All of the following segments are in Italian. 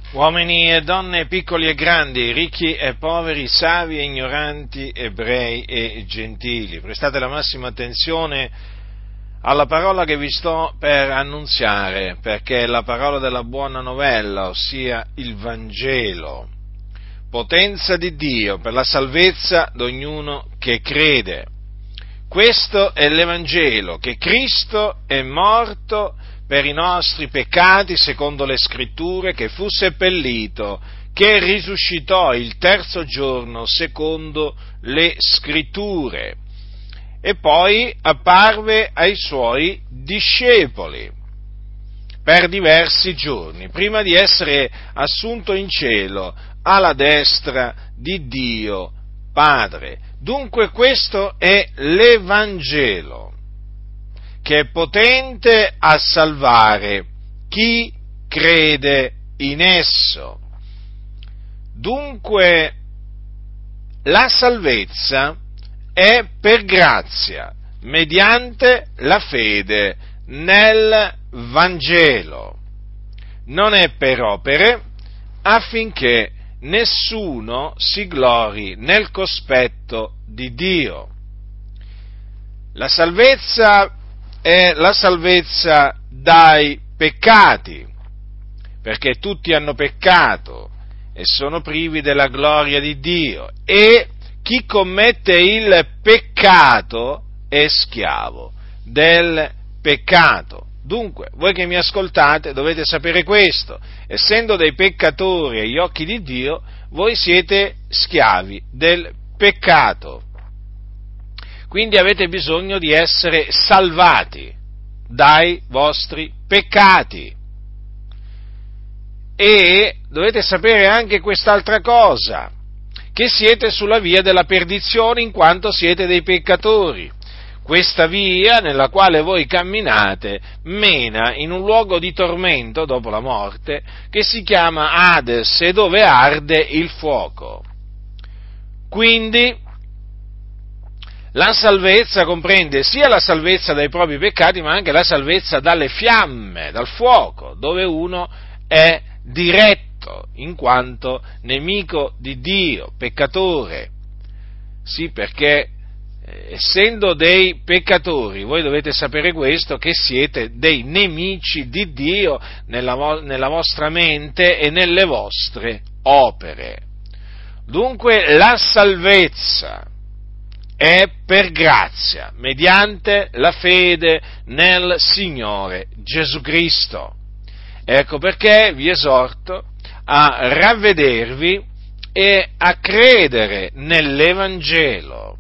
Uomini e donne, piccoli e grandi, ricchi e poveri, savi e ignoranti, ebrei e gentili, prestate la massima attenzione alla parola che vi sto per annunziare, perché è la parola della buona novella, ossia il Vangelo, potenza di Dio per la salvezza di ognuno che crede. Questo è l'Evangelo, che Cristo è morto per i nostri peccati, secondo le Scritture, che fu seppellito, che risuscitò il terzo giorno, secondo le Scritture, e poi apparve ai suoi discepoli per diversi giorni, prima di essere assunto in cielo alla destra di Dio Padre. Dunque questo è l'Evangelo, che è potente a salvare chi crede in esso. Dunque la salvezza è per grazia, mediante la fede nel Vangelo. Non è per opere, affinché nessuno si glori nel cospetto di Dio. La salvezza è la salvezza dai peccati, perché tutti hanno peccato e sono privi della gloria di Dio, e chi commette il peccato è schiavo del peccato. Dunque, voi che mi ascoltate dovete sapere questo: essendo dei peccatori agli occhi di Dio, voi siete schiavi del peccato. Quindi avete bisogno di essere salvati dai vostri peccati. E dovete sapere anche quest'altra cosa, che siete sulla via della perdizione in quanto siete dei peccatori. Questa via nella quale voi camminate mena in un luogo di tormento dopo la morte che si chiama Hades, e dove arde il fuoco. Quindi la salvezza comprende sia la salvezza dai propri peccati, ma anche la salvezza dalle fiamme, dal fuoco, dove uno è diretto in quanto nemico di Dio, peccatore. Sì, perché essendo dei peccatori, voi dovete sapere questo, che siete dei nemici di Dio nella vostra mente e nelle vostre opere. Dunque la salvezza è per grazia, mediante la fede nel Signore Gesù Cristo. Ecco perché vi esorto a ravvedervi e a credere nell'Evangelo,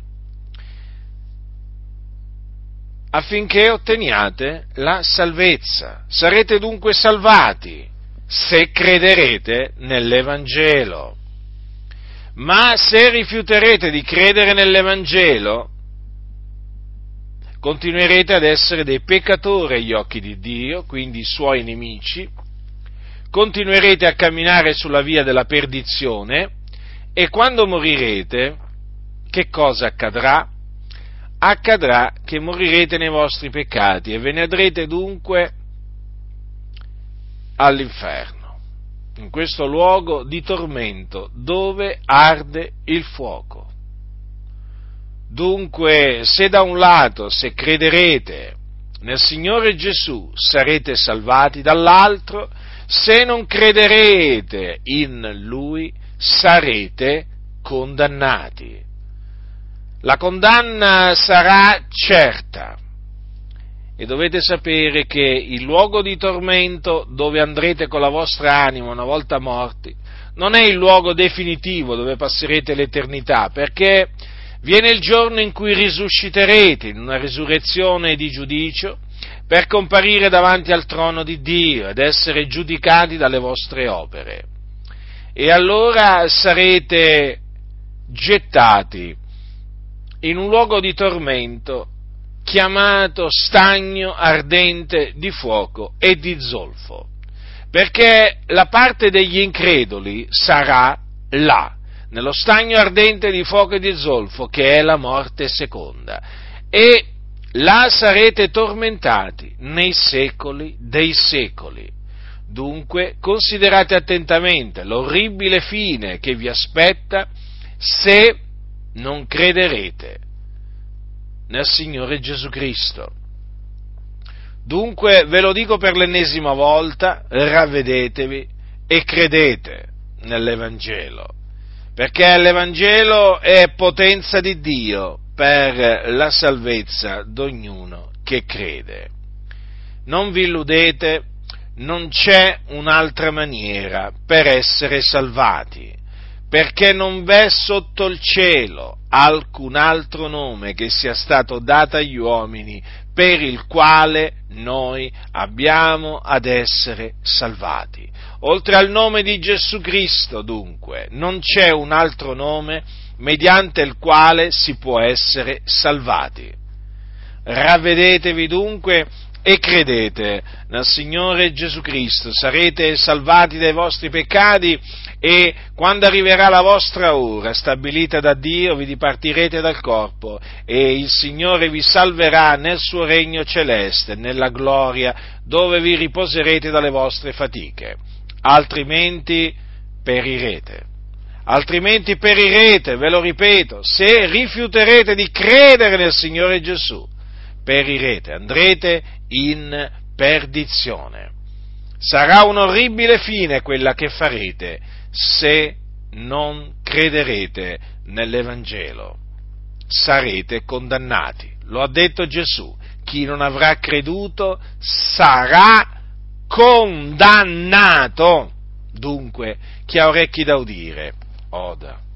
affinché otteniate la salvezza. Sarete dunque salvati se crederete nell'Evangelo. Ma se rifiuterete di credere nell'Evangelo, continuerete ad essere dei peccatori agli occhi di Dio, quindi i suoi nemici, continuerete a camminare sulla via della perdizione, e quando morirete, che cosa accadrà? Accadrà che morirete nei vostri peccati e ve ne andrete dunque all'inferno, in questo luogo di tormento dove arde il fuoco. Dunque, se da un lato, se crederete nel Signore Gesù, sarete salvati, dall'altro, se non crederete in Lui, sarete condannati. La condanna sarà certa. E dovete sapere che il luogo di tormento dove andrete con la vostra anima una volta morti non è il luogo definitivo dove passerete l'eternità, perché viene il giorno in cui risusciterete in una risurrezione di giudicio per comparire davanti al trono di Dio ed essere giudicati dalle vostre opere. E allora sarete gettati in un luogo di tormento chiamato stagno ardente di fuoco e di zolfo, perché la parte degli increduli sarà là, nello stagno ardente di fuoco e di zolfo, che è la morte seconda, e là sarete tormentati nei secoli dei secoli. Dunque, considerate attentamente l'orribile fine che vi aspetta se non crederete nel Signore Gesù Cristo. Dunque, ve lo dico per l'ennesima volta, ravvedetevi e credete nell'Evangelo, perché l'Evangelo è potenza di Dio per la salvezza d'ognuno che crede. Non vi illudete, non c'è un'altra maniera per essere salvati, perché non v'è sotto il cielo alcun altro nome che sia stato dato agli uomini per il quale noi abbiamo ad essere salvati. Oltre al nome di Gesù Cristo, dunque, non c'è un altro nome mediante il quale si può essere salvati. Ravvedetevi dunque e credete nel Signore Gesù Cristo, sarete salvati dai vostri peccati e quando arriverà la vostra ora stabilita da Dio vi dipartirete dal corpo e il Signore vi salverà nel suo regno celeste, nella gloria, dove vi riposerete dalle vostre fatiche. Altrimenti perirete. Altrimenti perirete, ve lo ripeto, se rifiuterete di credere nel Signore Gesù. Perirete, andrete in perdizione. Sarà un'orribile fine quella che farete se non crederete nell'Evangelo. Sarete condannati. Lo ha detto Gesù. Chi non avrà creduto sarà condannato. Dunque, chi ha orecchi da udire, oda.